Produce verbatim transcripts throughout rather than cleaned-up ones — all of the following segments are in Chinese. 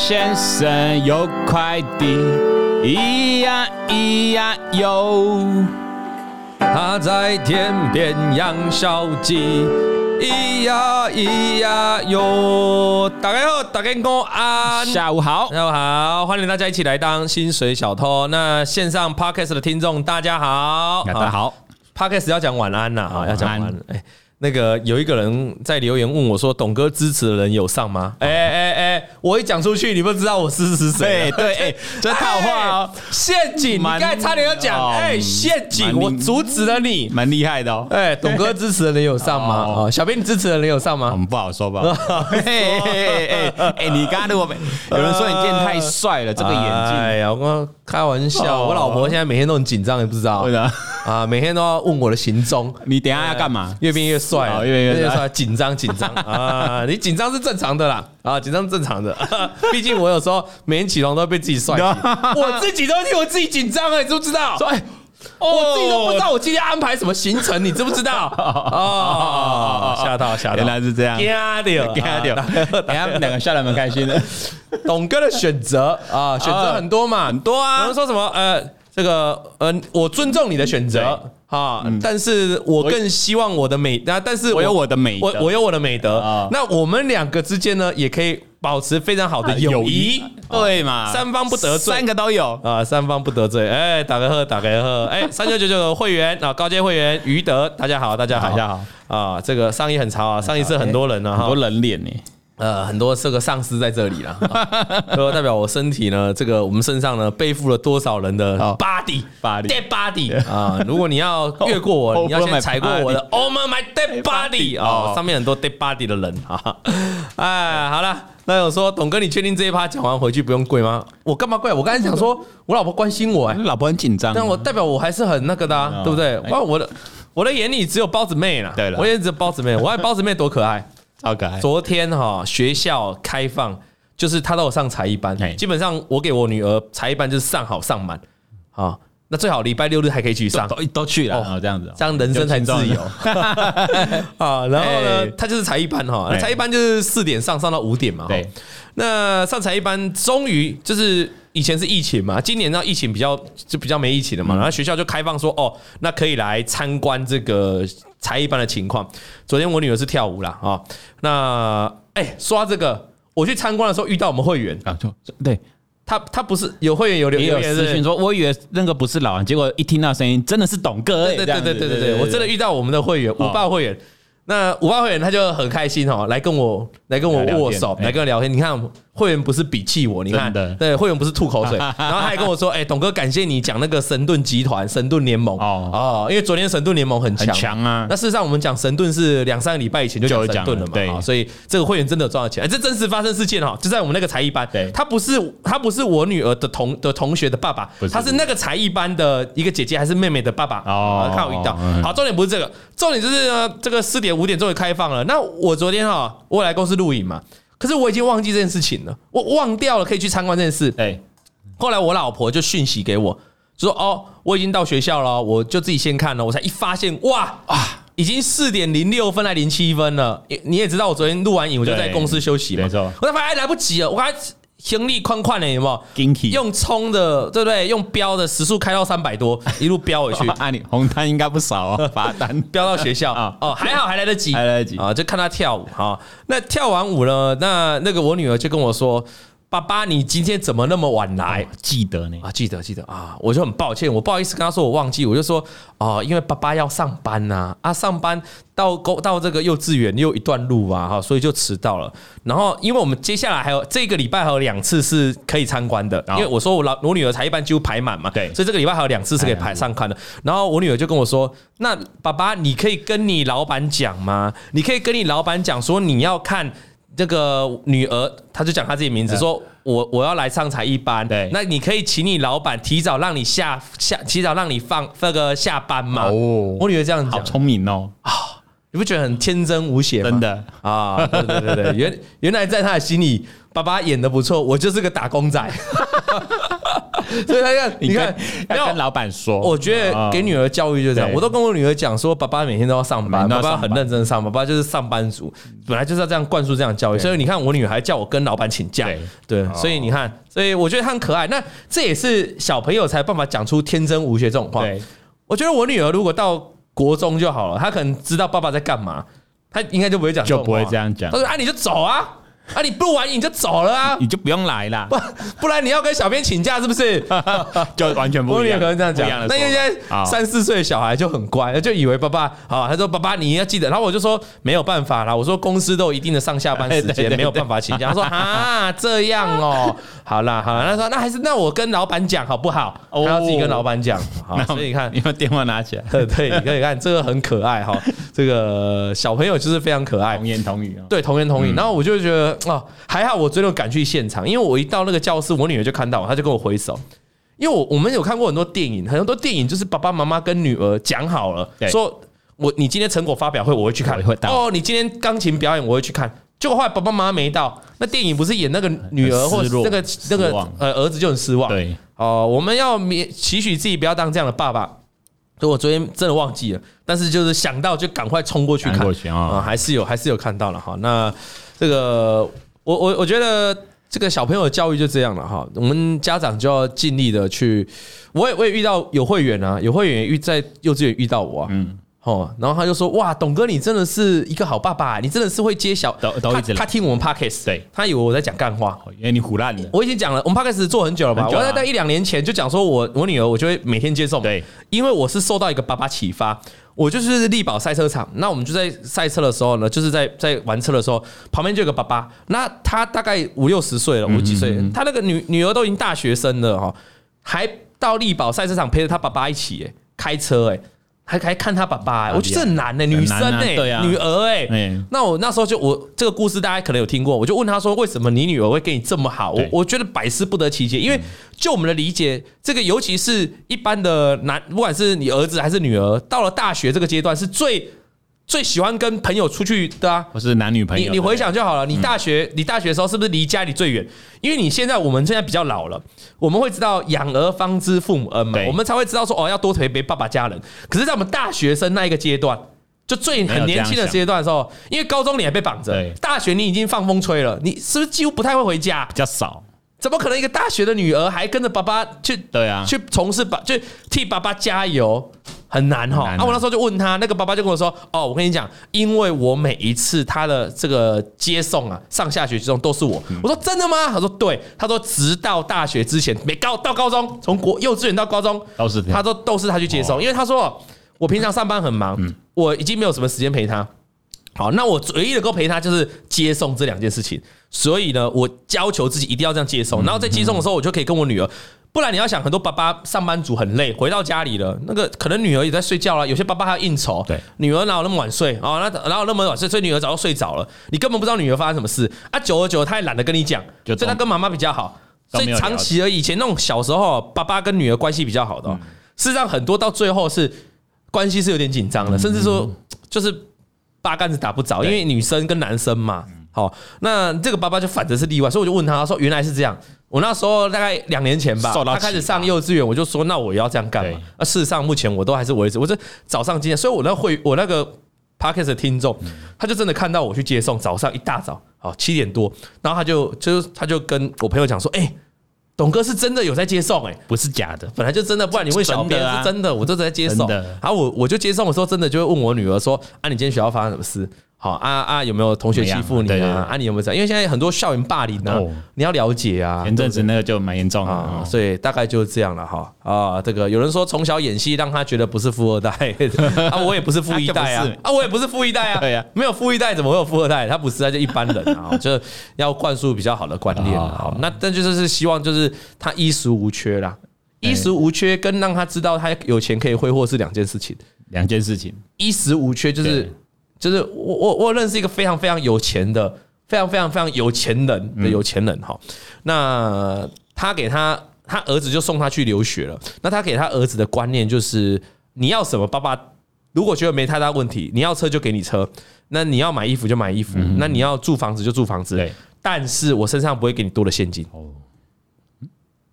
先生有快递，咿呀咿呀哟， 他在田边养小鸡，咿呀咿呀哟。大家好，大家公安， 下午好， 下午好，欢迎大家一起来当薪水小偷。那线上 Podcast 的听众，大家好， 大家好。 Podcast 要讲晚安呐，啊，要讲晚安。哎，那个有一个人在留言问我说：“董哥支持的人有上吗？”哎哎哎，我一讲出去，你不知道我支持谁？ 对对，哎，这套话哦， 陷阱！你刚才差点要讲，哎，陷阱！我阻止了你， 蛮厉害的哦。 哎，董哥支持的人有上吗？啊，小编你支持的人有上吗？ 我们不好说吧。哎哎哎哎，你刚刚如果有人说你今天太帅了，这个眼镜， 哎呀，我开玩笑，我老婆现在每天都很紧张，你不知道？ 为啥？ 啊，每天都要问我的行踪。 你等一下要干嘛？ 越变越帅， 越变越帅， 紧张紧张啊！你紧张是正常的啦，啊，紧张是正常的。毕竟我有时候每天起床都会被自己帅醒，我自己都替我自己紧张哎，你知不知道？哎，我自己都不知道我今天安排什么行程，你知不知道？哦，吓到吓到， 原来是这样， 吓掉吓掉，等下两个笑得蛮开心的。 董哥的选择啊，选择很多嘛， 很多啊。 有人说什么呃，这个呃，我尊重你的选择。啊！但是我更希望我的美，那但是我有我的美德， 我我有我的美德。啊、那我们两个之间呢，也可以保持非常好的友谊， 对嘛？ 三方不得罪， 三个都有啊，三方不得罪。哎，打个呵，打个呵。哎，三九九九的会员啊，高阶会员于德，大家好，大家好，大家好啊！这个上一很潮啊，上一次很多人呢， 很多人脸呢。 呃，很多这个上司在这里啦，就代表我身体呢，这个我们身上呢背负了多少人的 body dead body 啊！如果你要越过我，你要先踩过我的 over my dead body 啊！上面很多 dead body 的人啊！哎，好了，那有说董哥，你确定这一趴讲完回去不用跪吗？我干嘛跪？我刚才讲说我老婆关心我，哎， 老婆很紧张， 但我代表我还是很那个的，啊，对不对？我的我的眼里只有包子妹啦，对了，我眼里只有包子妹，我爱包子妹多可爱。 超可爱。 昨天哈学校开放，就是他都有上才艺班，基本上我给我女儿才艺班就是上好上满，啊，那最好礼拜六日还可以去上， 都都去了，哦，这样子， 这样人生才自由啊。然后呢，他就是才艺班哈，才艺班就是四点上上到五点嘛，对。那上才艺班终于就是以前是疫情嘛，今年让疫情比较就比较没疫情了嘛，然后学校就开放说哦，那可以来参观这个才艺班的情况。昨天我女儿是跳舞啦啊，那哎说到这个，我去参观的时候遇到我们会员啊，就对。他他不是有会员有留言私讯说，我以为那个不是老王，结果一听到声音真的是董哥， 对对对对对对对，我真的遇到我们的会员五霸会员。那五霸会员他就很开心哦，来跟我来跟我握手，来跟我聊天。你看会员不是鄙弃我，你看对，会员不是吐口水，然后他还跟我说：“哎，董哥，感谢你讲那个神盾集团、神盾联盟哦，因为昨天神盾联盟很强很强啊。 那事实上我们讲神盾是两三个礼拜以前就讲神盾了嘛，对，所以这个会员真的赚到钱。这真实发生事件哈，就在我们那个才艺班，他不是他不是我女儿的同的同学的爸爸，他是那个才艺班的一个姐姐还是妹妹的爸爸哦，看我遇到。好，重点不是这个，重点就是呢，这个四点五点终于开放了。那我昨天哈，我来公司录影嘛。可是我已经忘记这件事情了，我忘掉了可以去参观这件事。哎，后来我老婆就讯息给我，就说：“哦，我已经到学校了，我就自己先看了。”我才一发现，哇啊，已经四点零六分还零七分了。你也知道，我昨天录完影，我就在公司休息嘛。没错，我才发现哎来不及了，我还行李宽宽的有没有？用冲的，对不对？用标的时速开到三百多，一路飙回去。 按你红单应该不少哦，罚单飙到学校啊！哦，还好还来得及， 还来得及啊！就看他跳舞哈。那跳完舞呢？那那个我女儿就跟我说：“爸爸，你今天怎么那么晚来？” 记得呢啊，记得记得啊！我就很抱歉，我不好意思跟他说我忘记，我就说哦，因为爸爸要上班呐啊，上班到到这个幼稚园又一段路啊，哈，所以就迟到了。然后因为我们接下来还有这个礼拜还有两次是可以参观的，因为我说我老我女儿才一般几乎排满嘛，对，所以这个礼拜还有两次是可以排上看的。然后我女儿就跟我说：“那爸爸，你可以跟你老板讲吗？你可以跟你老板讲说你要看。”这个女儿，她就讲她自己名字，说我我要来上才艺班，对，那你可以请你老板提早让你下下，提早让你放那个下班嘛。哦，我女儿这样讲， 好聪明哦啊！ 你不觉得很天真无邪吗？ 真的啊，对对对对，原原来在她的心里，爸爸演得不错，我就是个打工仔。 所以他看，你看， 要跟老板说， 我觉得给女儿教育就这样，我都跟我女儿讲说，爸爸每天都要上班，爸爸很认真上班，爸爸就是上班族，本来就是要这样灌输这样教育。所以你看，我女儿还叫我跟老板请假，对，所以你看，所以我觉得她很可爱。那这也是小朋友才有办法讲出天真无邪这种话。我觉得我女儿如果到国中就好了，她可能知道爸爸在干嘛，她应该就不会讲这种话， 就不会这样讲。 她说：“啊，你就走啊。”啊！你不玩你就走了啊， 你就不用来啦， 不不然你要跟小编请假是不是？ 就完全不一样。 可能这样讲，那因为现在三四岁的小孩就很乖，就以为爸爸好，他说爸爸你要记得，然后我就说没有办法啦，我说公司都有一定的上下班时间，没有办法请假。他说啊这样哦，好啦好啦，他说那还是那我跟老板讲好不好？他要自己跟老板讲。好，所以你看， 你把电话拿起来， 对，你可以看这个很可爱哈，这个小朋友就是非常可爱， 童言童语啊， 对，童言童语。然后我就觉得哦，还好我最后赶去现场，因为我一到那个教室，我女儿就看到我，她就跟我挥手。因为我我们有看过很多电影，很多电影就是爸爸妈妈跟女儿讲好了，说我你今天成果发表会我会去看，哦，你今天钢琴表演我会去看。结果后来爸爸妈妈没到，那电影不是演那个女儿或那个那个呃儿子就很失望。对，哦，我们要期许自己不要当这样的爸爸。所以我昨天真的忘记了，但是就是想到就赶快冲过去看啊、哦，还是有还是有看到了哈。那这个我我我觉得这个小朋友的教育就这样了哈，我们家长就要尽力的去。我也我也遇到有会员啊，有会员遇在幼稚园遇到我啊，嗯。哦，然后他就说：“哇，董哥，你真的是一个好爸爸，你真的是会接小。”他他听我们 podcast， 对，他以为我在讲干话， 因为你唬烂了。我已经讲了，我们 podcast 做很久了吧？我在在一两年前就讲说我，我我女儿我就会每天接送，对，因为我是受到一个爸爸启发，我就是力宝赛车场，那我们就在赛车的时候呢，就是在在玩车的时候，旁边就有个爸爸，那他大概五六十岁了，五几岁，他那个女女儿都已经大学生了哈，还到力宝赛车场陪着他爸爸一起哎开车哎。还还看他爸爸、欸，我觉得这很难呢、欸，女生哎、欸，啊、女兒哎、欸，那我那时候就我这个故事大家可能有听过，我就问他说，为什么你女兒會跟你這麼好？我我覺得百思不得其解，因為就我們的理解，這個尤其是一般的男，不管是你兒子還是女兒，到了大學這個階段，是最最喜歡跟朋友出去的啊， 不是男女朋友。 你你回想就好了，你大學、嗯、你大學的時候是不是離家裡最遠？因為你現在我們現在比較老了，我們會知道養兒方知父母恩嘛，我們才會知道說哦要多陪陪爸爸家人。可是，在我們大學生那一個階段，就最很年輕的階段的時候，因為高中你還被綁着，大學你已經放風吹了，你是不是幾乎不太會回家？ 比較少。 怎麼可能一個大學的女兒還跟着爸爸去？對啊，去從事爸，就替爸爸加油。很難哈，啊！我那時候就問他，那個爸爸就跟我說：“哦，我跟你講，因為我每一次他的這個接送啊，上下學接送都是我。嗯”我說：“真的嗎？”他說：“對。”他說：“直到大學之前，每高到高中，從國幼稚園到高中，都是他說都是他去接送，哦、因為他說我平常上班很忙，嗯、我已經沒有什麼時間陪他。好，那我唯一能夠陪他就是接送這兩件事情，所以呢，我要求自己一定要這樣接送。然後在接送的時候，我就可以跟我女兒。”不然你要想，很多爸爸上班族很累，回到家裡了，那個可能女兒也在睡覺了，有些爸爸還要應酬，對，女兒哪有那麼晚睡啊？那哪有那麼晚睡？所以女兒早就睡着了，你根本不知道女兒發生什麼事啊！久而久之，她也懶得跟你講，所以她跟媽媽比較好，所以長期而以前那種小時候爸爸跟女兒關係比較好的、哦，事實上很多到最後是關係是有點緊張的，甚至說就是八竿子打不着，因為女生跟男生嘛。好，那這個爸爸就反正是例外，所以我就問他說：“原來是這樣。”我那時候大概兩年前吧，他開始上幼稚園，我就說：“那我也要這樣幹嘛？”那事實上，目前我都還是維持，我是早上今天，所以我那會我那個 podcast 的聽眾，他就真的看到我去接送，早上一大早，好七點多，然後他就就他就跟我朋友講說：“哎、欸，董哥是真的有在接送、欸，哎， 不是假的， 本來就真的，不然你問小編是真的，我就在接送。然後我我就接送的時候，真的就會問我女兒說：‘啊，你今天學校發生什麼事？’好啊啊，有沒有同學欺負你啊？對對對啊，你有沒有這樣？因為現在很多校園霸凌啊，哦、你要了解啊。 前陣子那個就蠻嚴重的啊， 所以大概就是這樣了哈啊。這個有人說從小演戲讓他覺得不是富二代啊，我也不是富一代啊，啊我也不是富一代啊，對啊，沒有富一代怎麼會有富二代？他不是，他就一般人啊，就要灌輸比較好的觀念啊。好，那但就是希望就是他衣食無缺啦，衣食無缺跟讓他知道他有錢可以揮霍是兩件事情， 兩件事情， 衣食無缺就是。就是我我我認識一個非常非常有錢的，非常非常非常有錢人的有錢人哈。那他給他他兒子就送他去留學了。那他給他兒子的觀念就是，你要什麼，爸爸如果覺得沒太大問題，你要車就給你車，那你要買衣服就買衣服，那你要住房子就住房子。但是我身上不會給你多的現金。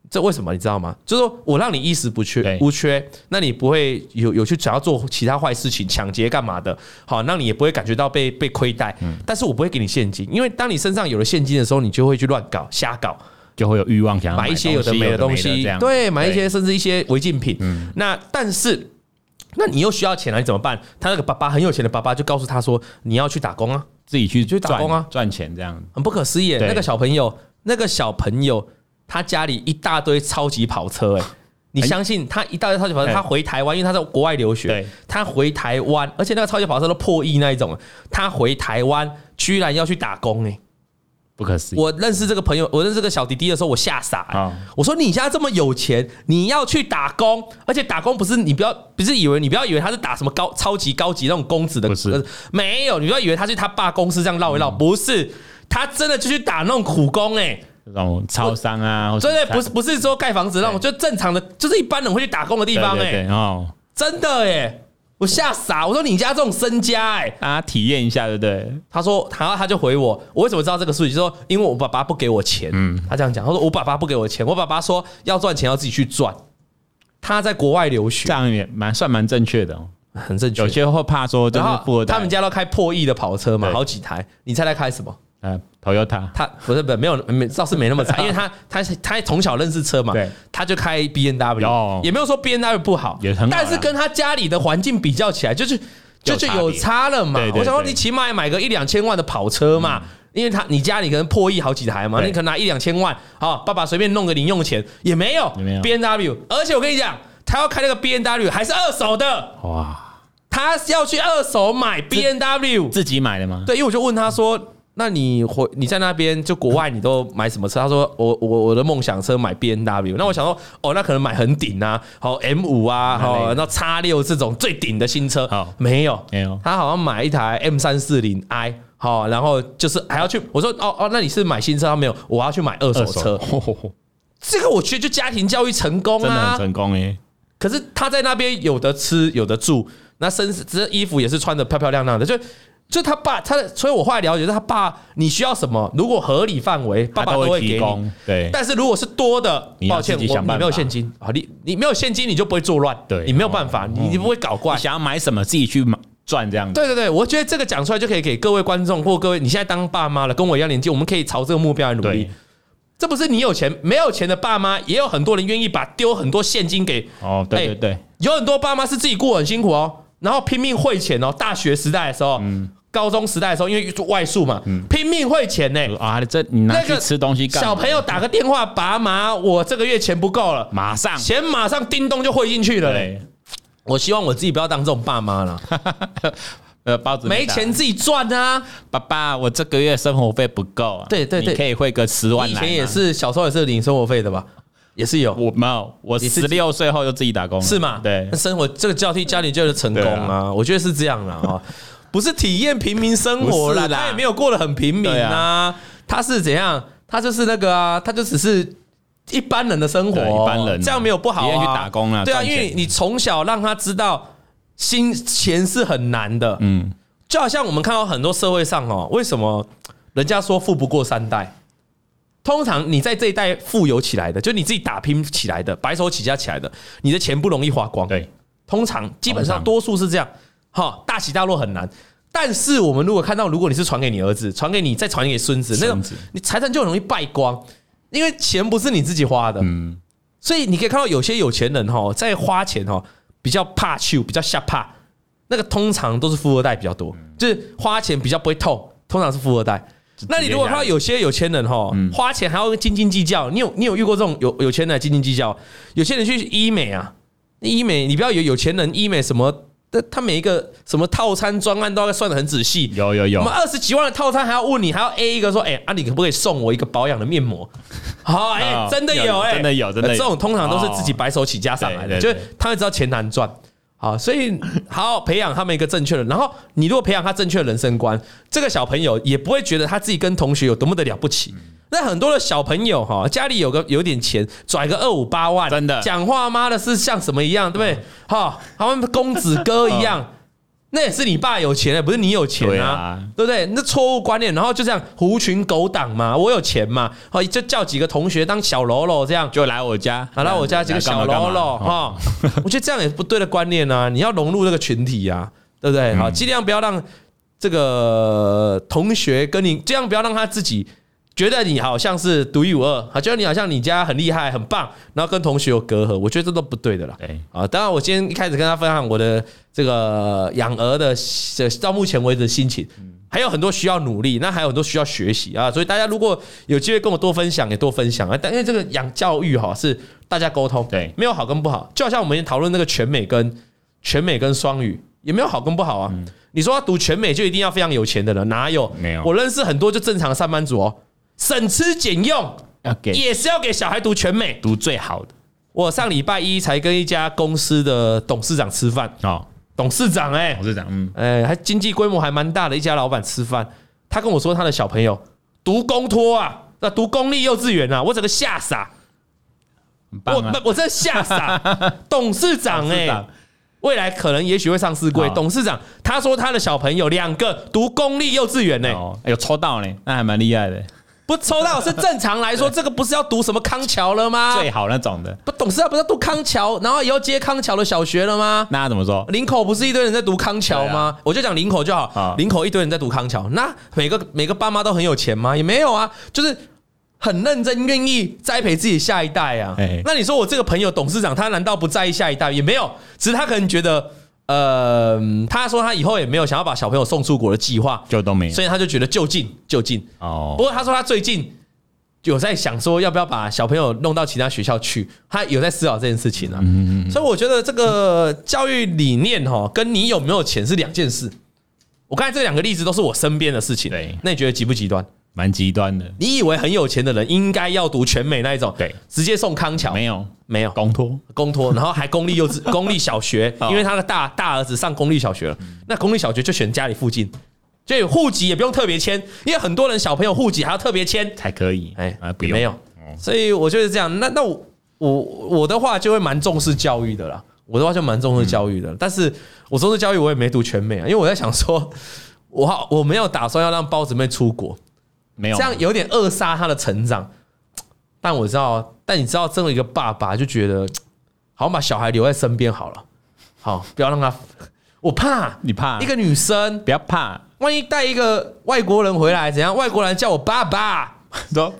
这为什么你知道吗？就是说我让你衣食不缺无缺，那你不会有有去想要做其他坏事情、抢劫干嘛的，好，那你也不会感觉到被被亏待。嗯、但是我不会给你现金，因为当你身上有了现金的时候，你就会去乱搞、瞎搞， 就会有欲望想要买一些有的没的东西，对，买一些甚至一些违禁品。嗯、那但是，那你又需要钱了，你怎么办？他那个爸爸很有钱的爸爸就告诉他说：“你要去打工啊， 自己去去打工啊， 赚钱这样。” 很不可思议，那个小朋友，那个小朋友。他家里一大堆超级跑车、欸，哎，你相信他一大堆超级跑车？他回台湾，因为他在国外留学，他回台湾，而且那个超级跑车都破亿那一种，他回台湾居然要去打工、欸，哎， 不可思议！ 我认识这个朋友，我认识这个小弟弟的时候，我吓傻、欸哦。我说你家这么有钱，你要去打工，而且打工不是你不要不是以为你不要以为他是打什么高超级高级那种公子的，不是没有，你不要以为他是他爸公司这样绕一绕，嗯、不是，他真的就去打那种苦工、欸，哎。 那种超商啊， 对对，不是不是说盖房子那种，就正常的，就是一般人会去打工的地方哎、欸，哦，真的哎、欸，我吓傻，我说你家这种身家哎、欸， 大家体验一下对不对？ 他说，然后他就回我，我为什么知道这个数据？就说因为我爸爸不给我钱，嗯，他这样讲，他说我爸爸不给我钱，我爸爸说要赚钱要自己去赚，他在国外留学， 这样也蛮算蛮正确的、哦， 很正确。 有些会怕说就是富二代， 他们家都开破亿的跑车嘛，好几台，你猜他开什么？ 呃 ，Toyota， 他不是不是没有没倒是没那么惨，因为他他他从小认识车嘛，他就开 B N W， 也没有说 B N W 不好， 也很好， 但是跟他家里的环境比较起来，就是就就有差了嘛。我想说，你起码也买个一两千万的跑车嘛，嗯、因为他你家里可能破亿好几台嘛，你可能拿一两千万，好，爸爸随便弄个零用钱也没有，也没有 B N W， 而且我跟你讲，他要开那个 B N W 还是二手的，哇，他要去二手买 B N W， 自己买的吗？ 对，因为我就问他说。那你回你在那边就国外你都买什么车？他说我我我的梦想车买 B N W。那我想说哦，那可能买很顶啊，好 M 五啊，好然后 X 六这种最顶的新车，没有没有，他好像买一台 M 三四零 I， 好，然后就是还要去我说哦哦，那你是买新车？他没有，我要去买二手车。这个我觉得就家庭教育成功啊， 真的很成功哎。 可是他在那边有的吃有的住，那身这衣服也是穿的漂漂亮亮的，就。就他爸，他的，所以我后来了解，他爸你需要什么，如果合理范围，爸爸都会给你。对，但是如果是多的，抱歉，我你没有现金，好，你你没有现金，你就不会作乱，对，你没有办法，你你不会搞怪。 你想要买什么，自己去赚这样子。 对对对，我觉得这个讲出来就可以给各位观众或各位，你现在当爸妈了，跟我一样年纪，我们可以朝这个目标来努力。这不是你有钱，没有钱的爸妈也有很多人愿意把丢很多现金给。 哦，对对对， 有很多爸妈是自己过很辛苦哦，然后拼命汇钱哦，大学时代的时候，嗯。高中时代的时候，因为外宿嘛，嗯、拼命汇钱呢、欸。 啊，这你拿去吃东西干嘛？ 小朋友打个电话，爸妈，我这个月钱不够了， 马上钱马上叮咚就汇进去了、欸。我希望我自己不要当这种爸妈了。 呃，包子没钱自己赚啊！ 爸爸，我这个月生活费不够啊。 对对对， 你可以汇个十万来。 以前也是小时候也是领生活费的吧？也是有。 我没有，我十六岁后就自己打工了。 是吗？ 对， 生活这个教育家里就是成功啊，啊我觉得是这样的啊。不是体验平民生活啦，他也没有过得很平民啊。啊他是怎样？他就是那个啊，他就只是一般人的生活， 一般人、啊、 这样没有不好啊。 去打工啊， 对啊，因为你从小让他知道，新钱是很难的。嗯，就好像我们看到很多社会上哦，为什么人家说富不过三代？通常你在这一代富有起来的，就你自己打拼起来的，白手起家起来的，你的钱不容易花光。对，通常基本上多数是这样。好，大起大落很难，但是我们如果看到，如果你是传给你儿子，传给你，再传给孙子，那种你财产就很容易败光，因为钱不是你自己花的，嗯，所以你可以看到有些有钱人哈，在花钱哈比较怕秀，比较下怕，那个通常都是富二代比较多，就是花钱比较不会痛，通常是富二代。那你如果看到有些有钱人哈，花钱还要斤斤计较，你有你有遇过这种有有钱人斤斤计较？有些人去医美啊，医美你不要有有钱人医美什么。他每一个什么套餐专案都要算得很仔细， 有有有， 我们二十几万的套餐还要问你，还要 A 一个说，哎、欸，啊，你可不可以送我一个保养的面膜？好，哎、欸，真的有、欸，哎， 真的有，真的有， 这种通常都是自己白手起家上来的，就是他会知道钱难赚。好，所以好好培养他们一个正确的，然后你如果培养他正确的人生观，这个小朋友也不会觉得他自己跟同学有多么的了不起。那很多的小朋友哈，家里有个有点钱，拽个二五八万，真的讲话妈的是像什么一样，对不对？哈，他们公子哥一样。 那也是你爸有钱，不是你有钱啊，对啊，对不对？那错误观念，然后就这样狐群狗党嘛，我有钱嘛，哦，就叫几个同学当小喽啰，这样就来我家， 来我家几个小喽啰哈，我觉得这样也是不对的观念啊，你要融入这个群体啊，对不对？好，尽量不要让这个同学跟你，这样不要让他自己觉得你好像是独一无二，好，觉得你好像你家很厉害很棒，然后跟同学有隔阂，我觉得这都不对的啦。啊，当然我今天一开始跟他分享我的这个养儿的到目前为止的心情，还有很多需要努力，那还有很多需要学习啊，所以大家如果有机会跟我多分享，也多分享啊。但因为这个养教育哈是大家沟通，对，没有好跟不好，就好像我们讨论那个全美跟全美跟双语，也没有好跟不好啊。嗯、你说要读全美就一定要非常有钱的人，哪有？没有，我认识很多就正常的上班族哦。省吃俭用也是要给小孩读全美， 读最好的。 我上礼拜一才跟一家公司的董事长吃饭，哦，董事长哎、欸， 董事长，嗯， 哎、欸，还经济规模还蛮大的一家老板吃饭，他跟我说他的小朋友读公托啊，那读公立幼稚园啊，我整个吓傻，啊、我我真的吓傻，董事长哎、欸。未来可能也许会上市柜，董事长他说他的小朋友两个读公立幼稚园呢， 哦，有抽到呢，那还蛮厉害的。 不抽到是正常来说，这个不是要读什么康桥了吗？ 最好那种的。 不，董事长不是要读康桥，然后以后接康桥的小学了吗？ 那他怎么说？ 林口不是一堆人在读康桥吗？啊、我就讲林口就好，林口一堆人在读康桥，那每个每个爸妈都很有钱吗？也没有啊，就是很认真，愿意栽培自己下一代啊。那你说我这个朋友董事长，他难道不在意下一代？也没有，只是他可能觉得。呃，他说他以后也没有想要把小朋友送出国的计划， 就都没有， 所以他就觉得就近就近。哦，不过他说他最近有在想说要不要把小朋友弄到其他学校去，他有在思考这件事情啊。嗯嗯，所以我觉得这个教育理念哈，跟你有没有钱是两件事。我刚才这两个例子都是我身边的事情，对，那你觉得极不极端？ 蛮极端的。 你以为很有钱的人应该要读全美那一种， 对， 直接送康桥？ 没有， 没有， 公托， 公托，然后还公立幼稚、公立小学，因为他的大大儿子上公立小学了，那公立小学就选家里附近，所以户籍也不用特别签，因为很多人小朋友户籍还要特别签才可以，哎， 不用，没有，所以我觉得这样，那那我我我的话就会蛮重视教育的啦，我的话就蛮重视教育的，但是我重视教育我也没读全美啊，因为我在想说，我我没有打算要让包子妹出国。 没有， 这样有点扼杀他的成长。但我知道，但你知道，作为一个爸爸，就觉得好像把小孩留在身边好了，好，不要让他。我怕， 你怕一个女生， 不要怕， 万一带一个外国人回来，怎样？外国人叫我爸爸， 说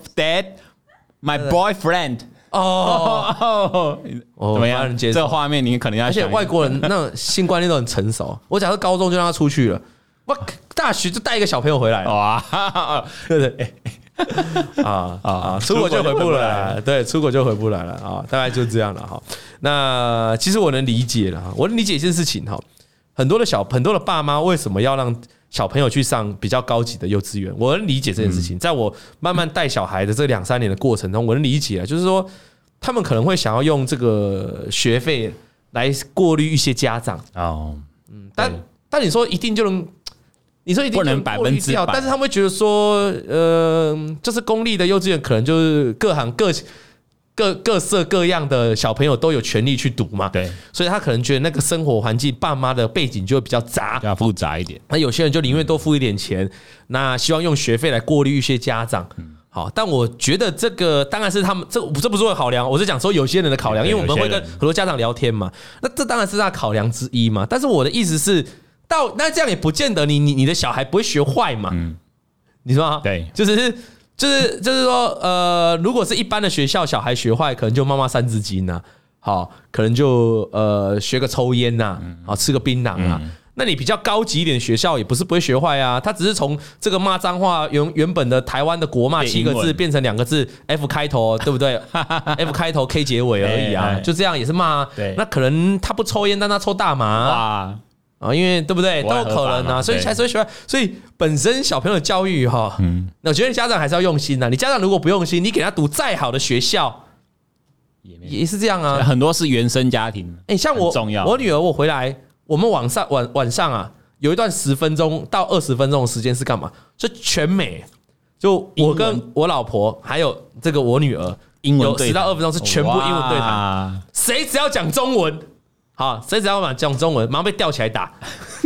Dad，my boyfriend。 哦， 怎么样？这个画面你可能要， 而且外国人那种性观念都很成熟。我假设高中就让他出去了。我大学就带一个小朋友回来，哇，对不对？啊啊，出国就回不来了，对，出国就回不来了啊，大概就这样了哈。那其实我能理解了，我能理解一件事情哈，很多的小很多的爸妈为什么要让小朋友去上比较高级的幼稚园？我能理解这件事情，在我慢慢带小孩的这两三年的过程中，我能理解，就是说他们可能会想要用这个学费来过滤一些家长哦，嗯，但但你说一定就能。你说一定不能百分之百， 但是他们会觉得说，呃，就是公立的幼稚园可能就是各行各各各色各样的小朋友都有权利去读嘛，对，所以他可能觉得那个生活环境、爸妈的背景就会比较杂， 比较复杂一点。 那有些人就宁愿多付一点钱，那希望用学费来过滤一些家长。好，但我觉得这个当然是他们这这不是我的考量，我是讲说有些人的考量，因为我们会跟很多家长聊天嘛，那这当然是他的考量之一嘛。但是我的意思是。到那这样也不见得你你你的小孩不会学坏嘛？嗯，你说啊？ 对， 就是就是就是说，呃，如果是一般的学校，小孩学坏，可能就妈妈三字经呐，好，可能就呃学个抽烟呐，好吃个槟榔啊。嗯、那你比较高级一点的学校，也不是不会学坏啊，他只是从这个骂脏话原原本的台湾的国骂七个字变成两个字 F 开头，对不对？F 开头 K 结尾而已啊，就这样也是骂。对，那可能他不抽烟，但他抽大麻。哇。啊，因为对不对，都有可能啊，所以才是会学。所以本身小朋友的教育哈，嗯，我觉得家长还是要用心的。你家长如果不用心，你给他读再好的学校，也是这样啊。 很多是原生家庭， 哎，像我我女儿，我回来，我们晚上晚晚上啊，有一段十分钟到二十分钟的时间是干嘛？就全美，就我跟我老婆还有这个我女儿， 英文十到二分钟是全部英文对谈，谁只要讲中文。好，谁只要讲中文，马上被吊起来打。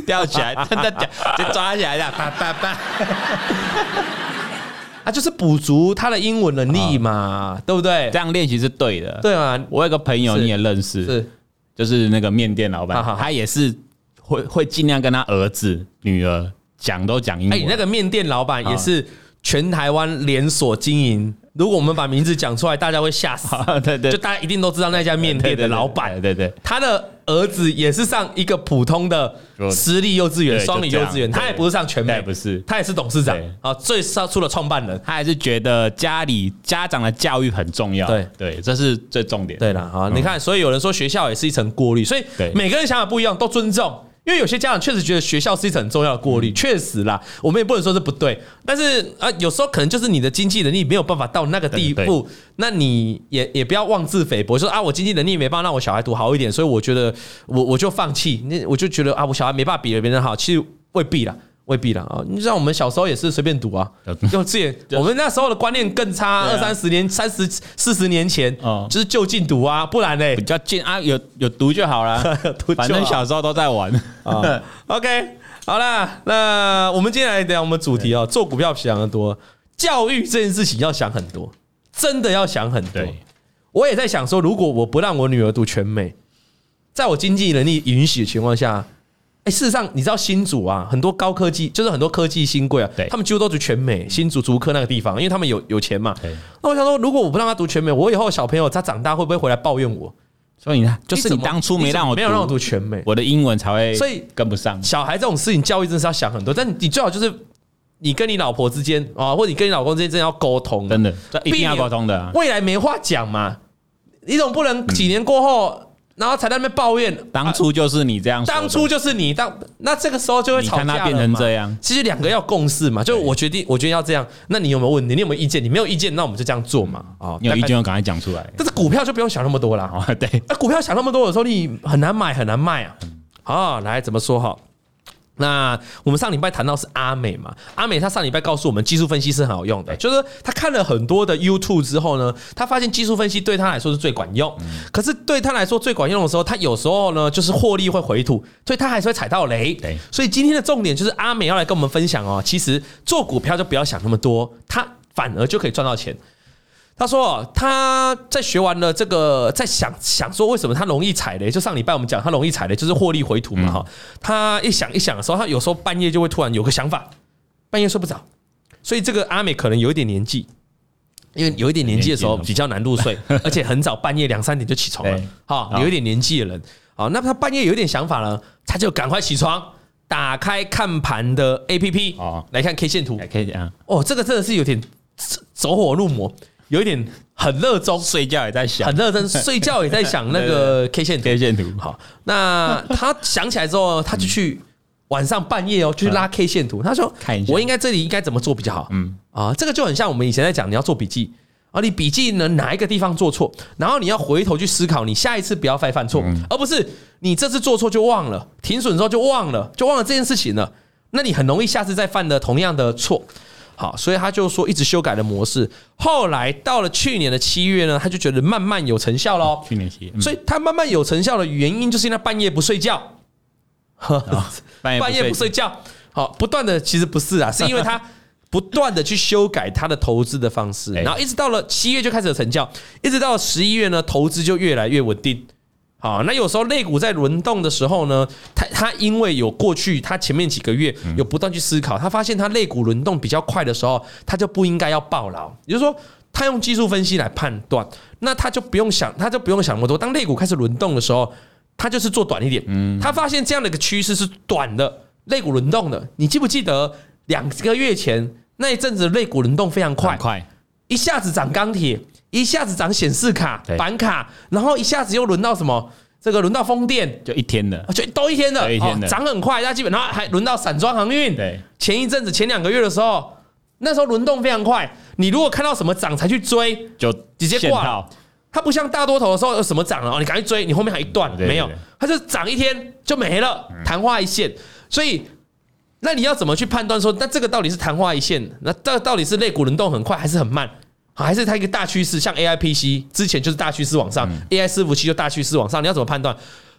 吊起来，真的假？就抓起来这样，叭叭叭。 啊，就是补足他的英文能力嘛，对不对？ 这样练习是对的， 对啊。 我有个朋友你也认识， 是就是那个面店老板，他也是会会尽量跟他儿子、女儿讲都讲英文。 哎，那个面店老板也是全台湾连锁经营。如果我们把名字讲出来，大家会吓死。 对对， 就大家一定都知道那家面店的老板。 对对， 他的儿子也是上一个普通的私立幼稚园、双语幼稚园，他也不是上全美， 不是， 他也是董事长啊，最少出了创办人， 他还是觉得家里家长的教育很重要。对对，这是最重点。 对了啊，你看，所以有人说学校也是一层过滤，所以每个人想法不一样，都尊重。因为有些家长确实觉得学校是一层很重要的过滤，确实啦，我们也不能说是不对。但是啊，有时候可能就是你的经济能力没有办法到那个地步，那你也也不要妄自菲薄，说啊，我经济能力没办法让我小孩读好一点，所以我觉得我我就放弃，那我就觉得啊，我小孩没办法比别人好，其实未必啦。未必啦啊！你像我们小时候也是随便读啊，幼稚园，我们那时候的观念更差，二三十年、三十四十年前，就是就近读啊，不然呢比较近啊，有有读就好了，反正小时候都在玩啊。OK， 好啦，那我们接下来讲我们主题哦，做股票想得多，教育这件事情要想很多，真的要想很多。我也在想说，如果我不让我女儿读全美，在我经济能力允许的情况下。哎，事实上，你知道新竹啊，很多高科技，就是很多科技新贵啊，他们几乎都读全美，新竹竹科那个地方，因为他们有有钱嘛。那我想说，如果我不让他读全美，我以后小朋友他长大会不会回来抱怨我？ 所以呢，就是你当初没让我没有让我读全美， 我的英文才会所以跟不上。 小孩这种事情，教育真是要想很多，但你最好就是你跟你老婆之间啊，或者你跟你老公之间真的要沟通， 真的一定要沟通的， 未来没话讲嘛，你总不能几年过后。然后才在那边抱怨， 当初就是你这样说的， 当初就是你当那这个时候就会吵架了嘛。你看他变成这样，其实两个要共识嘛，就我决定，我决定要这样，那你有没有问题？你有没有意见？你没有意见，那我们就这样做嘛。啊， 你有意见就赶快讲出来。 但是股票就不用想那么多啦。 对， 那股票想那么多的时候，你很难买很难卖啊。好，来怎么说哈？那我们上礼拜谈到是阿美嘛，阿美她上礼拜告诉我们技术分析是很好用的，就是她看了很多的 YouTube 之后呢，她发现技术分析对她来说是最管用，可是对她来说最管用的时候，她有时候呢就是获利会回吐，所以她还是会踩到雷。所以今天的重点就是阿美要来跟我们分享哦，其实做股票就不要想那么多，她反而就可以赚到钱。他说他在学完了这个，在想想说为什么他容易踩雷，就上礼拜我们讲他容易踩雷就是获利回吐嘛哈。他一想一想的时候，他有时候半夜就会突然有个想法，半夜睡不着，所以这个阿美可能有一点年纪，因为有一点年纪的时候比较难入睡，而且很早半夜两三点就起床了，哈，有一点年纪的人，好，那他半夜有一点想法呢，他就赶快起床，打开看盘的 A P P 来看 K 线图， 可以讲哦，这个真的是有点走火入魔。有一点很热衷， 睡觉也在想， 很热衷，睡觉也在想那个 K 线图。 K 线图好，那他想起来之后，他就去晚上半夜哦，去拉 K 线图。他说：“我应该这里应该怎么做比较好？”嗯啊，这个就很像我们以前在讲，你要做笔记啊，你笔记呢哪一个地方做错，然后你要回头去思考，你下一次不要再犯错，而不是你这次做错就忘了，停损之后就忘了，就忘了这件事情了。那你很容易下次再犯的同样的错。好，所以他就说一直修改的模式，后来到了去年的七月呢，他就觉得慢慢有成效咯。 去年七月， 所以他慢慢有成效的原因就是因为他半夜不睡觉， 哦、 半夜不睡觉，好，不断的其实不是啊，是因为他不断的去修改他的投资的方式，然后一直到了七月就开始有成效，一直到了十一月呢，投资就越来越稳定。好，那有时候类股在轮动的时候呢，他他因为有过去他前面几个月有不断去思考，他发现他类股轮动比较快的时候，他就不应该要抱牢，也就是说，他用技术分析来判断，那他就不用想，他就不用想那么多。当类股开始轮动的时候，他就是做短一点。他发现这样的一个趋势是短的，类股轮动的。你记不记得两个月前那一阵子类股轮动非常快， 快一下子涨钢铁。一下子涨显示卡、板卡，然后一下子又轮到什么？这个轮到风电， 就一天的， 就都一天的， 一天的涨很快。那基本上还轮到散装航运。 对， 前一阵子前两个月的时候，那时候轮动非常快。你如果看到什么涨才去追， 就直接挂了。它不像大多头的时候有什么涨了，你赶紧追，你后面还一段没有，它就涨一天就没了，昙花一现。所以，那你要怎么去判断说，那这个到底是昙花一现？那这到底是类股轮动很快还是很慢？还是它一个大趋势，像 A I P C 之前就是大趋势往上、嗯、A I 伺服器就大趋势往上，你要怎么判断？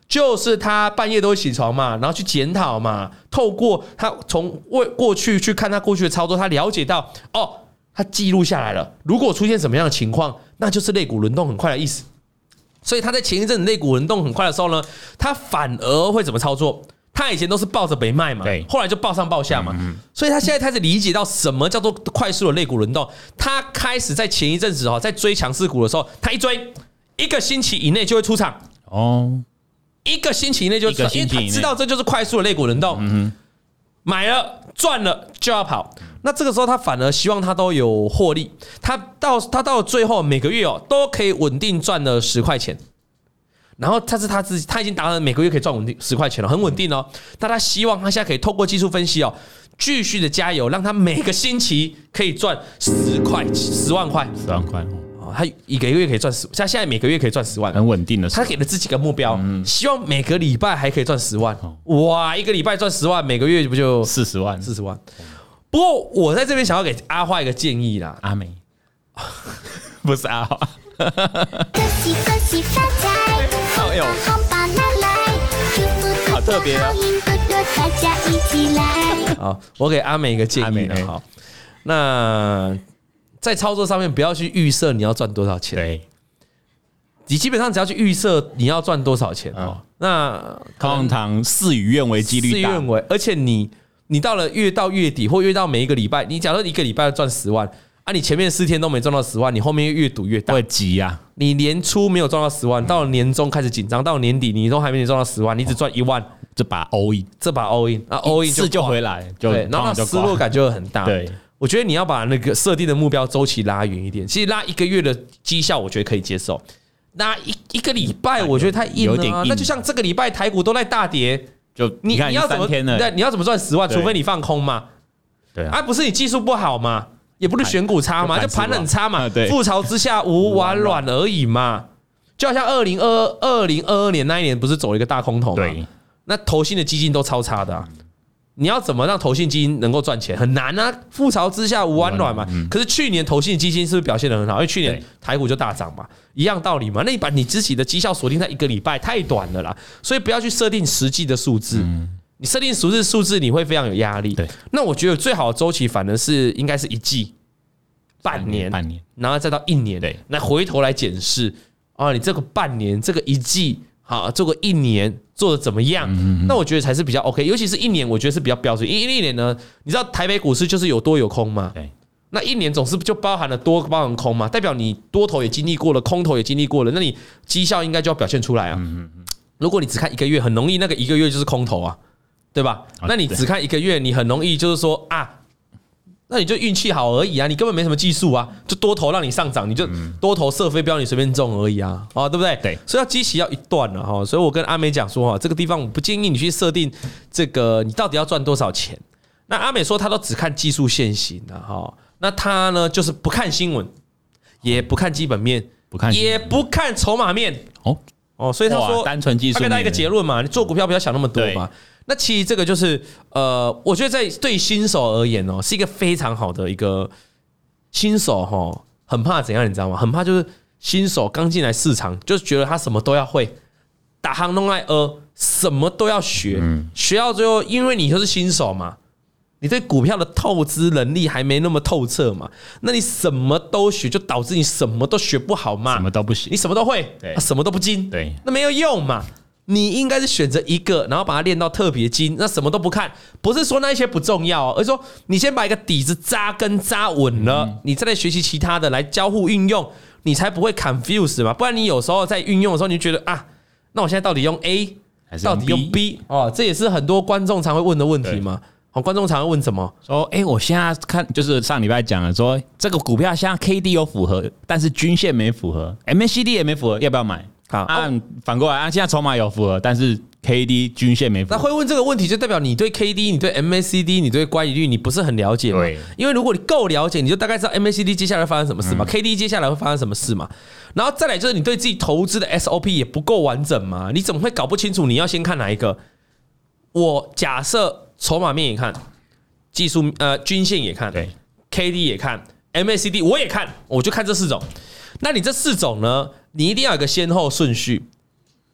就是他半夜都会起床嘛，然后去检讨嘛，透过他从过去去看他过去的操作，他了解到哦，他记录下来了。如果出现什么样的情况，那就是类股轮动很快的意思。所以他在前一阵子类股轮动很快的时候呢，他反而会怎么操作？他以前都是抱着没卖嘛，后来就抱上抱下嘛，嗯嗯，所以他现在开始理解到什么叫做快速的类股轮动。他开始在前一阵子在追强势股的时候，他一追一个星期以内就会出场哦。一个星期以内就赚，因为他知道这就是快速的类股轮动，嗯、买了赚了就要跑。那这个时候他反而希望他都有获利，他到他到最后每个月哦都可以稳定赚了十块钱。然后他是他自己，他已经达到每个月可以赚稳定十块钱了，很稳定哦。但他希望他现在可以透过技术分析哦，继续的加油，让他每个星期可以赚十块、十万块、 十万块。 他一个月可以赚十，他现在每个月可以赚十万， 很稳定的。 他给了自己一个目标，嗯、希望每个礼拜还可以赚十万。哇，一个礼拜赚十万，每个月不就四十万？ 四十万。不过我在这边想要给阿花一个建议啦， 阿美不是阿花。 恭喜恭喜发财！ 哎呦， 红包拿来，祝福好特别啊！ 好运多多，大家一起来。 好，我给阿美一个建议了。好，那。在操作上面不要去预设你要赚多少钱， 对， 你基本上只要去预设你要赚多少钱哦。那通常事与愿违几率大， 事与愿违，而且你你到了越到月底或越到每一个礼拜，你假如一个礼拜赚十万啊，你前面四天都没赚到十万，你后面越赌越大， 会急啊。 你年初没有赚到十万，到了年中开始紧张，到了年底你都还没赚到十万，你只赚一万， 这把 all in， 这把 all in 啊 all in 就就回来，就对，然后那失落感就会很大， 对。 我觉得你要把那个设定的目标周期拉远一点。其实拉一个月的绩效，我觉得可以接受。拉一一个礼拜，我觉得太硬了、啊。那就像这个礼拜台股都在大跌， 就你你要怎么？你要怎么赚十万？除非你放空嘛。 对啊，不是你技术不好嘛，也不是选股差嘛，就盘很差嘛。覆巢之下无完卵而已嘛。就好像二零二二零二二年那一年，不是走了一个大空头嘛？对，那投信的基金都超差的、啊。你要怎么让投信基金能够赚钱？很难啊！覆巢之下无完卵嘛。嗯、可是去年投信基金是不是表现得很好？因为去年台股就大涨嘛，一样道理嘛。那你把你自己的绩效锁定在一个礼拜，太短了啦。所以不要去设定实际的数字，嗯、你设定实际数字你会非常有压力。那我觉得最好的周期反而是应该是一季、半年、 半年， 然后再到一年。对，那回头来检视啊，你这个半年、这个一季。好，这个一年做的怎么样？嗯嗯那我觉得才是比较 OK， 尤其是一年，我觉得是比较标准。因为一年呢，你知道台北股市就是有多有空嘛？对。那一年总是就包含了多包含空嘛，代表你多头也经历过了，空头也经历过了，那你绩效应该就要表现出来啊。嗯嗯如果你只看一个月，很容易那个一个月就是空头啊，对吧？那你只看一个月，你很容易就是说啊。那你就运气好而已啊，你根本没什么技术啊，就多头让你上涨，你就多头射飞镖你随便中而已啊，哦，对不对？对，所以要基期要一段了哈，所以我跟阿美讲说哈，这个地方我不建议你去设定这个你到底要赚多少钱。那阿美说她都只看技术线型的哈，那她呢就是不看新闻，也不看基本面， 不看也不看筹码面哦哦，所以她说单纯技术， 她给大家一个结论嘛，你做股票不要想那么多嘛。那其实这个就是呃，我觉得在对新手而言哦，是一个非常好的一个新手哈，很怕怎样你知道吗？很怕就是新手刚进来市场，就觉得他什么都要会，打行弄爱呃，什么都要学，学到最后，因为你就是新手嘛，你对股票的透支能力还没那么透彻嘛，那你什么都学，就导致你什么都学不好嘛， 什么都不行， 你什么都会，啊、什么都不精，对，那没有用嘛。你应该是选择一个，然后把它练到特别精，那什么都不看，不是说那一些不重要、哦，而是说你先把一个底子扎根扎稳了，嗯、你再来学习其他的来交互运用，你才不会 confuse 嘛。不然你有时候在运用的时候，你就觉得啊，那我现在到底用 A 还是到底用 B 哦，这也是很多观众常会问的问题嘛。好，观众常会问什么？ 说，哎、欸，我现在看就是上礼拜讲了，说这个股票现在 K D 有符合，但是均线没符合 ，M A C D 也没符合，要不要买？啊，啊反过来啊，现在筹码有符合，但是 K D 均线没符合。 那会问这个问题，就代表你对 K D、你对 M A C D、你对乖离率你不是很了解嘛？对。因为如果你够了解，你就大概知道 M A C D 接下来会发生什么事嘛、嗯、，K D 接下来会发生什么事嘛。然后再来就是你对自己投资的 S O P 也不够完整嘛，你怎么会搞不清楚你要先看哪一个？我假设筹码面也看，技术呃均线也看，对 ，K D 也看 ，M A C D 我也看，我就看这四种。那你这四种呢？你一定要有一个先后顺序。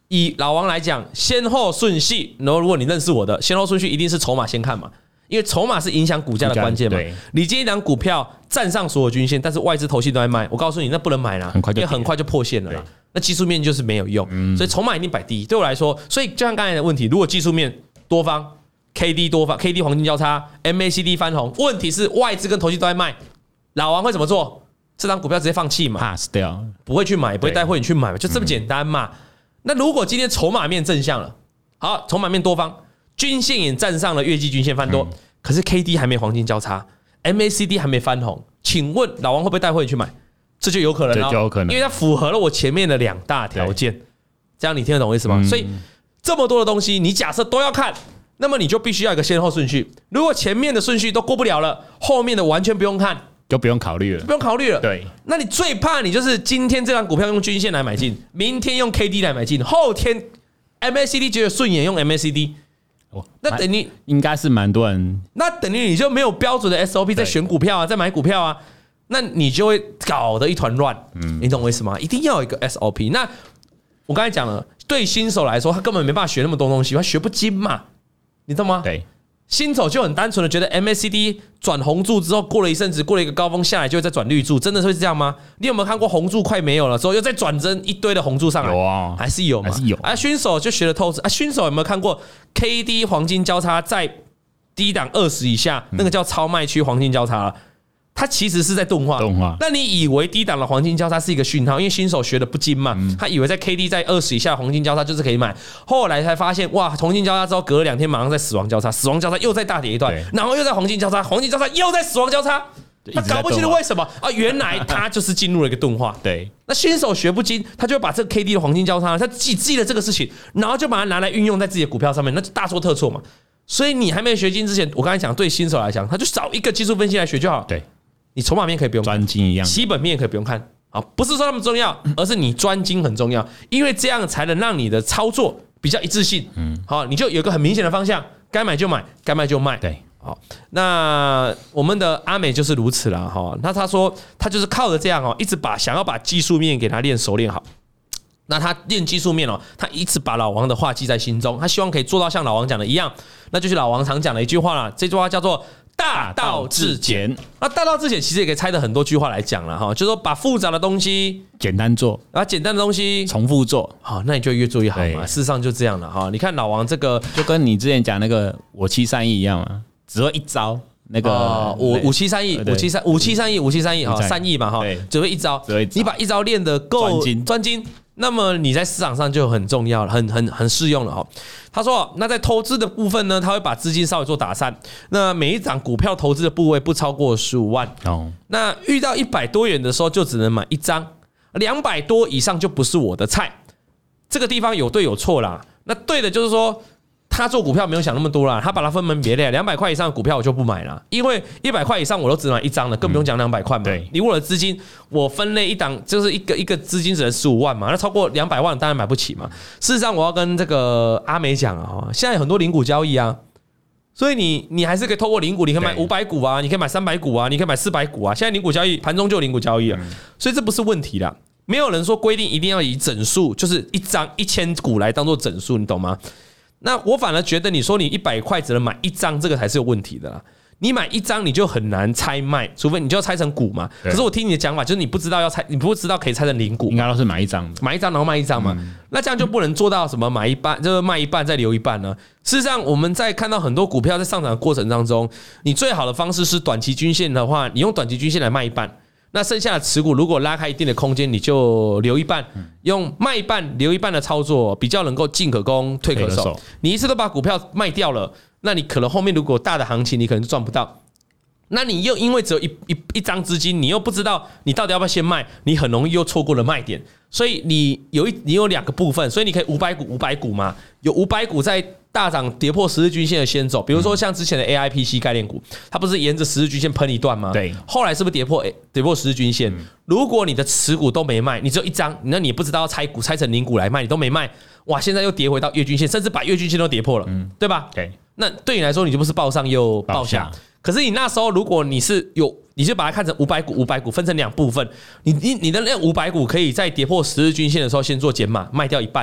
以老王来讲，先后顺序，然后如果你认识我的，先后顺序一定是筹码先看嘛，因为筹码是影响股价的关键嘛。你今天一档股票站上所有均线，但是外资投信都在卖，我告诉你，那不能买啦， 很快就因为很快就破线了啦。那技术面就是没有用，嗯、所以筹码一定摆第一。对我来说，所以就像刚才的问题，如果技术面多方 K D 多方 K D 黄金交叉 M A C D 翻红，问题是外资跟投信都在卖，老王会怎么做？这张股票直接放弃嘛 ，pass 掉， 不会去买，不会带会员去买，就这么简单嘛。嗯、那如果今天筹码面正向了，好，筹码面多方，均线也站上了月季均线翻多，嗯、可是 K D 还没黄金交叉 ，M A C D 还没翻红，请问老王会不会带会员去买？这就有可能了， 有可能， 因为它符合了我前面的两大条件，这样你听得懂我意思吗？嗯、所以这么多的东西，你假设都要看，那么你就必须要有一个先后顺序。如果前面的顺序都过不了了，后面的完全不用看， 就不用考虑了， 不用考虑了。 对， 那你最怕你就是今天这张股票用均线来买进，明天用 K D 来买进，后天 M A C D 觉得顺眼用 M A C D。那等于应该是蛮多人， 那等于你就没有标准的 S O P 在选股票啊，在买股票啊。那你就会搞得一团乱，嗯，你懂我意思吗？一定要有一个 S O P。那我刚才讲了，对新手来说，他根本没办法学那么多东西，他学不精嘛，你懂吗？ 对， 新手就很单纯的觉得 M A C D 转红柱之后，过了一阵子，过了一个高峰下来，就会再转绿柱，真的会是这样吗？你有没有看过红柱快没有了之后，又再转成一堆的红柱上来？ 有啊， 还是有嘛， 还是有。 啊，新手就学了透支啊。新手有没有看过 K D 黄金交叉在低档二十以下，那个叫超卖区黄金交叉了？它其实是在钝化， 钝化。 那你以为低档的黄金交叉是一个讯号，因为新手学的不精嘛，嗯、他以为在 K D 在二十以下黄金交叉就是可以买，后来才发现哇，黄金交叉之后隔了两天马上在死亡交叉，死亡交叉又再大跌一段，然后又在黄金交叉，黄金交叉又在死亡交叉，他搞不清楚为什么啊？原来他就是进入了一个钝化。 对， 那新手学不精，他就会把这个 K D 的黄金交叉，他记记了这个事情，然后就把它拿来运用在自己的股票上面，那就大错特错嘛。所以你还没学精之前，我刚才讲对新手来讲，他就找一个技术分析来学就好。 对。 你筹码面可以不用看， 专精一样， 基本面可以不用看啊，不是说那么重要，而是你专精很重要，因为这样才能让你的操作比较一致性。嗯，好，你就有个很明显的方向，该买就买，该卖就卖。 对， 好，那我们的阿美就是如此了哈。那他说他就是靠着这样哦，一直把想要把技术面给他练熟练好。那他练技术面哦，他一直把老王的话记在心中，他希望可以做到像老王讲的一样，那就是老王常讲的一句话啦，这句话叫做大道至简。那大道至简其实也可以拆的很多句话来讲了哈，就是说把复杂的东西简单做， 啊，简单的东西重复做， 好，那你就越做越好嘛。事实上就这样了哈。你看老王这个， 就跟你之前讲那个我七三亿一样嘛，只会一招。那个五五七三亿，五七三五七三亿，五七三亿啊，三亿嘛哈，只会一招，你把一招练得够专精，那么你在市场上就很重要了，很很很适用了哈。他说，那在投资的部分呢，他会把资金稍微做打散，那每一档股票投资的部位不超过十五万哦。那遇到一百多元的时候，就只能买一张，两百多以上就不是我的菜。这个地方有对有错啦，那对的就是说。他做股票没有想那么多啦，他把它分门别类，两百块以上的股票我就不买了，因为一百块以上我都只买一张了，更不用讲两百块嘛。 对， 你我的资金我分类一档就是一个一个资金只能十五万嘛，那超过两百万当然买不起嘛。事实上我要跟这个阿美讲啊，现在有很多零股交易啊，所以你你还是可以透过零股，你可以买五百股啊，你可以买三百股啊，你可以买四百股啊。现在零股交易盘中就有零股交易了，所以这不是问题啦。没有人说规定一定要以整数，就是一张一千股来当做整数，你懂吗？那我反而觉得你说你一百块只能买一张，这个才是有问题的啦。你买一张你就很难拆卖，除非你就要拆成股嘛。可是我听你的讲法，就是你不知道要拆，你不知道可以拆成零股， 应该都是买一张， 买一张然后卖一张嘛。嗯、那这样就不能做到什么买一半就是卖一半再留一半呢？事实上，我们在看到很多股票在上涨的过程当中，你最好的方式是短期均线的话，你用短期均线来卖一半。那剩下的持股如果拉开一定的空间，你就留一半，用卖一半留一半的操作，比较能够进可攻退可守。你一次都把股票卖掉了，那你可能后面如果大的行情，你可能就赚不到。那你又因为只有一一一张资金，你又不知道你到底要不要先卖，你很容易又错过了卖点。所以你有一你有两个部分，所以你可以五百股五百股嘛，有五百股在大涨跌破十日均线的先走，比如说像之前的 A I P C 概念股，它不是沿着十日均线喷一段吗？ 对， 后来是不是跌破跌破十日均线？如果你的持股都没卖，你只有一张，那你不知道要拆股拆成零股来卖，你都没卖，哇，现在又跌回到月均线，甚至把月均线都跌破了，嗯、对吧？ 对， 那对你来说，你就不是报上又报下。可是你那时候，如果你是有，你就把它看成五百股，五百股分成两部分，你你你的那五百股可以在跌破十日均线的时候先做减码，卖掉一半。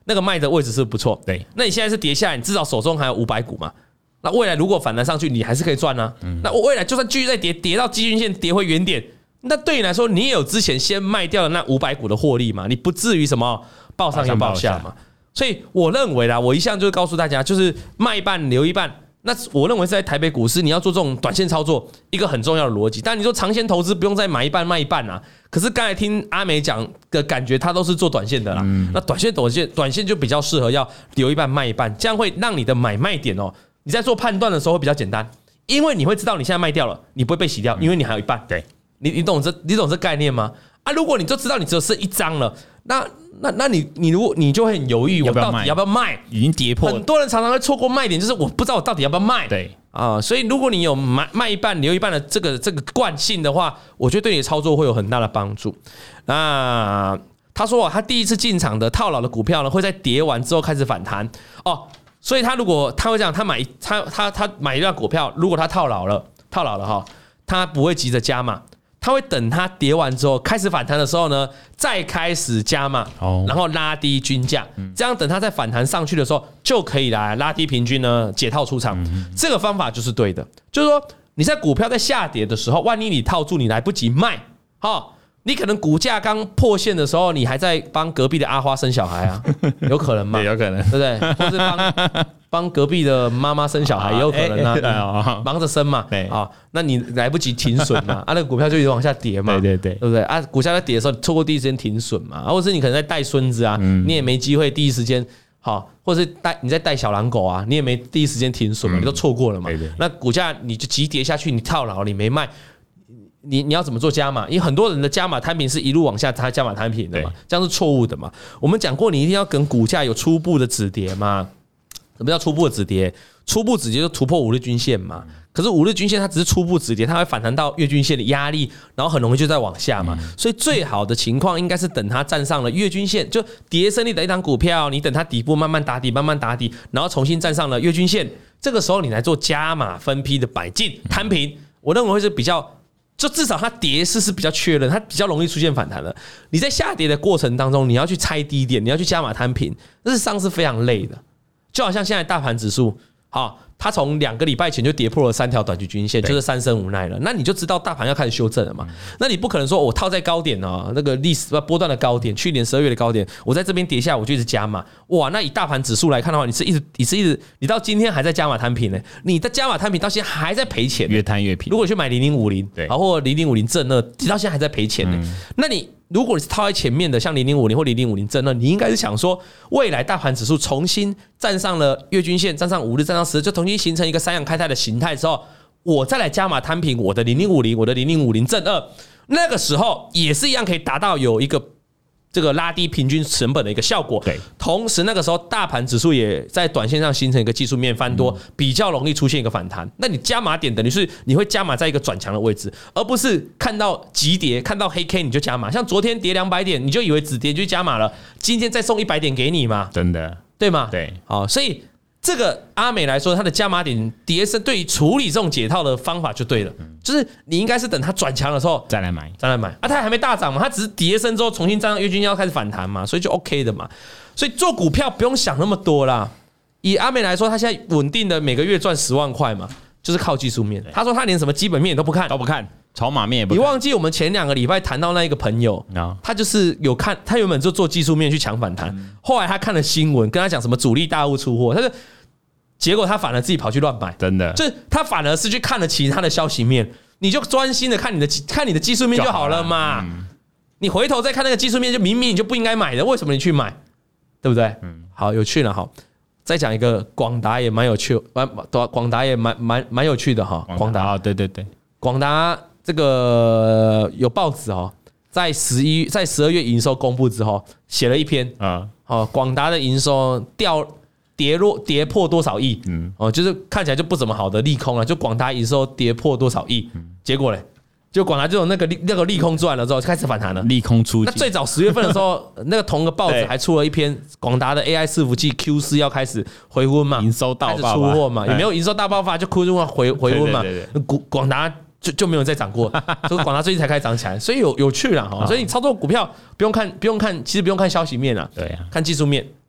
那个卖的位置是不错。 对， 那你现在是跌下来，你至少手中还有五百股嘛。那未来如果反弹上去，你还是可以赚啊。嗯、那未来就算继续再跌，跌到季均线跌回原点，那对你来说，你也有之前先卖掉的那五百股的获利嘛，你不至于什么报上又报下嘛。所以我认为啦，我一向就是告诉大家，就是卖一半留一半。那我认为是在台北股市，你要做这种短线操作，一个很重要的逻辑。但你说长线投资不用再买一半卖一半啊。可是刚才听阿美讲的感觉，他都是做短线的啦。嗯、那短线、短线、短线就比较适合要留一半卖一半，这样会让你的买卖点哦。你在做判断的时候会比较简单，因为你会知道你现在卖掉了，你不会被洗掉，因为你还有一半。 对， 你你懂这你懂这概念吗？啊，如果你就知道你只有剩一张了，那那那你你如果你就会很犹豫，我到底要不要卖？ 已经跌破了， 很多人常常会错过卖点，就是我不知道我到底要不要卖。 对啊，所以如果你有买卖一半留一半的这个这个惯性的话，我觉得对你的操作会有很大的帮助。那他说啊，他第一次进场的套牢的股票呢，会在跌完之后开始反弹哦。所以他如果他会这样，他买他他他买一段股票，如果他套牢了，套牢了哈，他不会急着加码，他会等它跌完之后开始反弹的时候呢，再开始加码，然后拉低均价，这样等它再反弹上去的时候，就可以来拉低平均呢，解套出场。这个方法就是对的，就是说你在股票在下跌的时候，万一你套住，你来不及卖，哈。你可能股价刚破线的时候，你还在帮隔壁的阿花生小孩啊，有可能吗？ 有可能， 对不对？或是帮帮隔壁的妈妈生小孩，也有可能啊，忙着生嘛，啊，那你来不及停损嘛，啊，那个股票就一直往下跌嘛， 对对对， 对不对？啊，股价在跌的时候，错过第一时间停损嘛，或者是你可能在带孙子啊，你也没机会第一时间。好，或者是带你在带小狼狗啊，你也没第一时间停损嘛，你都错过了嘛。那股价你就急跌下去，你套牢，你没卖。你你要怎么做加码？因为很多人的加码摊平是一路往下，它加码摊平的嘛，这样是错误的嘛。我们讲过，你一定要跟股价有初步的止跌嘛。什么叫初步的止跌？初步止跌就突破五日均线嘛。可是五日均线它只是初步止跌，它会反弹到月均线的压力，然后很容易就再往下嘛。所以最好的情况应该是等它站上了月均线，就跌升你的一档股票，你等它底部慢慢打底，慢慢打底，然后重新站上了月均线，这个时候你来做加码分批的买进摊平，我认为会是比较。就至少它跌势是比较确认，它比较容易出现反弹的。你在下跌的过程当中，你要去猜低点，你要去加码摊平，日实上是非常累的。就好像现在大盘指数，好，它从两个礼拜前就跌破了三条短期均线，就是三生无奈了。那你就知道大盘要开始修正了嘛？那你不可能说我套在高点啊，那个历史波段的高点，去年十二月的高点，我在这边跌下，我就一直加码。哇，那以大盘指数来看的话，你是一直，你是一直，你到今天还在加码摊平呢？你的加码摊平到现在还在赔钱， 越摊越平。 如果你去买零零五零，对，然后零零五零正二，你到现在还在赔钱呢。那你如果你是套在前面的，像零零五零或零零五零正二，你应该是想说，未来大盘指数重新站上了月均线，站上五日，站上十日，就重新形成一个三阳开泰的形态之后，我再来加码摊平我的零零五零，我的零零五零正二，那个时候也是一样可以达到有一个这个拉低平均成本的一个效果。对，同时那个时候大盘指数也在短线上形成一个技术面翻多，比较容易出现一个反弹。那你加码点等于是你会加码在一个转强的位置，而不是看到急跌看到黑 K 你就加码。像昨天跌两百点，你就以为止跌就加码了，今天再送一百点给你嘛？ 真的， 对吗？ 对， 好，所以。这个阿美来说，它的加码点跌升对于处理这种解套的方法就对了，就是你应该是等它转强的时候再来买， 再来买啊，它还没大涨嘛，它只是跌升之后重新站上月均线要开始反弹嘛，所以就 OK 的嘛。所以做股票不用想那么多啦。以阿美来说，他现在稳定的每个月赚十万块嘛，就是靠技术面。他说他连什么基本面都不看， 都不看，筹码面也不看。 你忘记我们前两个礼拜谈到那一个朋友，他就是有看，他原本就做技术面去抢反弹，后来他看了新闻，跟他讲什么主力大户出货，他就。结果他反而自己跑去乱买， 真的， 就是他反而是去看了其他的消息面，你就专心的看你的看你的技术面就好了嘛。嗯、你回头再看那个技术面，就明明你就不应该买的，为什么你去买？对不对？嗯，好有趣了哈。再讲一个广达也蛮有趣，蛮广达也蛮蛮蛮有趣的哈。 广达啊，对对对， 广达这个有报纸哦，在十一在十二月营收公布之后，写了一篇啊，哦，广达的营收掉。跌落跌破多少亿？嗯，哦，就是看起来就不怎么好的利空了。就广达营收跌破多少亿？嗯、结果嘞，就广达这种那个那个利空做完了之后，开始反弹了。 利空出尽。 那最早十月份的时候，那个同个报纸还出了一篇广达的 A I 伺服器 Q 四要开始回温嘛， 营收大爆发， 出货嘛，也没有营收大爆发，就 Q 四回回温嘛。广广达就就没有再涨过，所以广达最近才开始涨起来，所以有有趣了哈。所以你操作股票不用看不用看，其实不用看消息面啊， 对啊， 看技术面。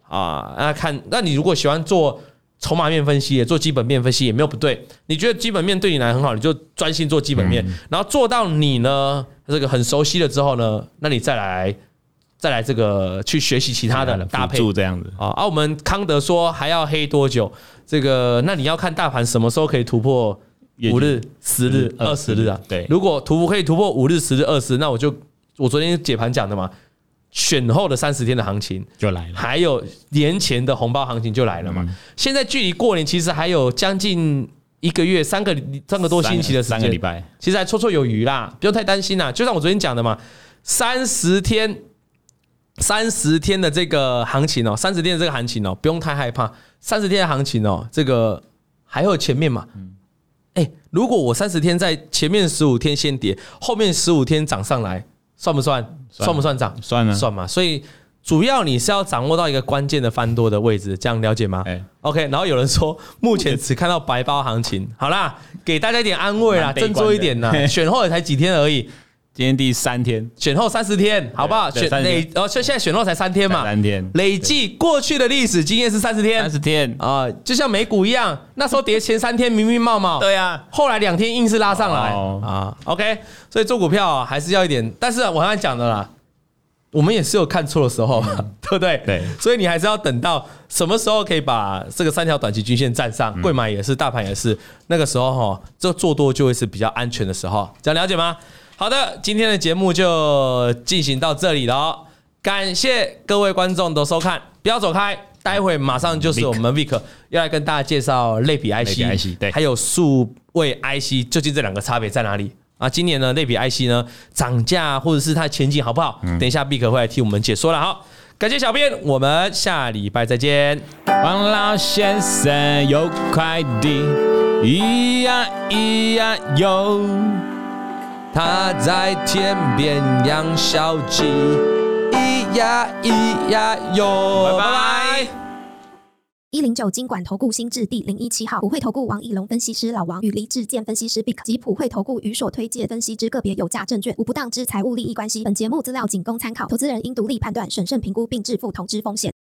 啊。那看，那你如果喜欢做筹码面分析，也做基本面分析也没有不对。你觉得基本面对你来很好，你就专心做基本面，嗯、然后做到你呢这个很熟悉了之后呢，那你再来再来这个去学习其他的搭配这样子啊。啊，我们康德说还要黑多久？这个那你要看大盘什么时候可以突破五日、十日、二十日啊？ 对， 如果突破可以突破五日、十日、二十，那我就我昨天解盘讲的嘛。选后的三十天的行情就来了， 还有年前的红包行情就来了嘛。嗯、现在距离过年其实还有将近一个月，三个三个多星期的时间， 三个礼拜， 其实还绰绰有余啦，不用太担心啦。就像我昨天讲的嘛，三十天，三十天的这个行情哦，三十天的这个行情哦，不用太害怕。三十天的行情哦，这个还有前面嘛。嗯欸、如果我三十天在前面十五天先跌，后面十五天涨上来。算不算？算不算涨？ 算啊， 算嘛。所以主要你是要掌握到一个关键的翻多的位置，这样了解吗？欸、OK。然后有人说，目前只看到白包行情，好啦，给大家一点安慰啦，振作一点啦。选后也才几天而已， 今天第三天， 选后三十天，好不好？选累，哦，现在选后才三天嘛， 三天， 累计过去的历史经验是三十天， 三十天啊，就像美股一样，那时候跌前三天明明冒冒， 对啊， 后来两天硬是拉上来啊。OK， 所以做股票还是要一点，但是我刚才讲的啦。我们也是有看错的时候嘛，嗯、对不对？ 对， 所以你还是要等到什么时候可以把这个三条短期均线站上，柜买也是，大盘也是，那个时候哈，这做多就会是比较安全的时候，这样了解吗？好的，今天的节目就进行到这里了哦，感谢各位观众的收看，不要走开，待会马上就是我们 Vic 要来跟大家介绍类比 I C， 对， 还有数位 I C， 究竟这两个差别在哪里？啊，今年呢，类比 I C 呢涨价或者是它的前景好不好？嗯、等一下 Vic 会来替我们解说了。好，感谢小编，我们下礼拜再见。 王老先生有快递，咿呀咿呀哟， 他在田边养小鸡，咿呀咿呀哟，拜拜。 一零九金管投顾新字第零一七号，普惠投顾王以龙分析师老王与黎志健分析师 Vic 及普惠投顾与所推介分析之个别有价证券无不当之财务利益关系。本节目资料仅供参考，投资人应独立判断、审慎评估并自负投资风险。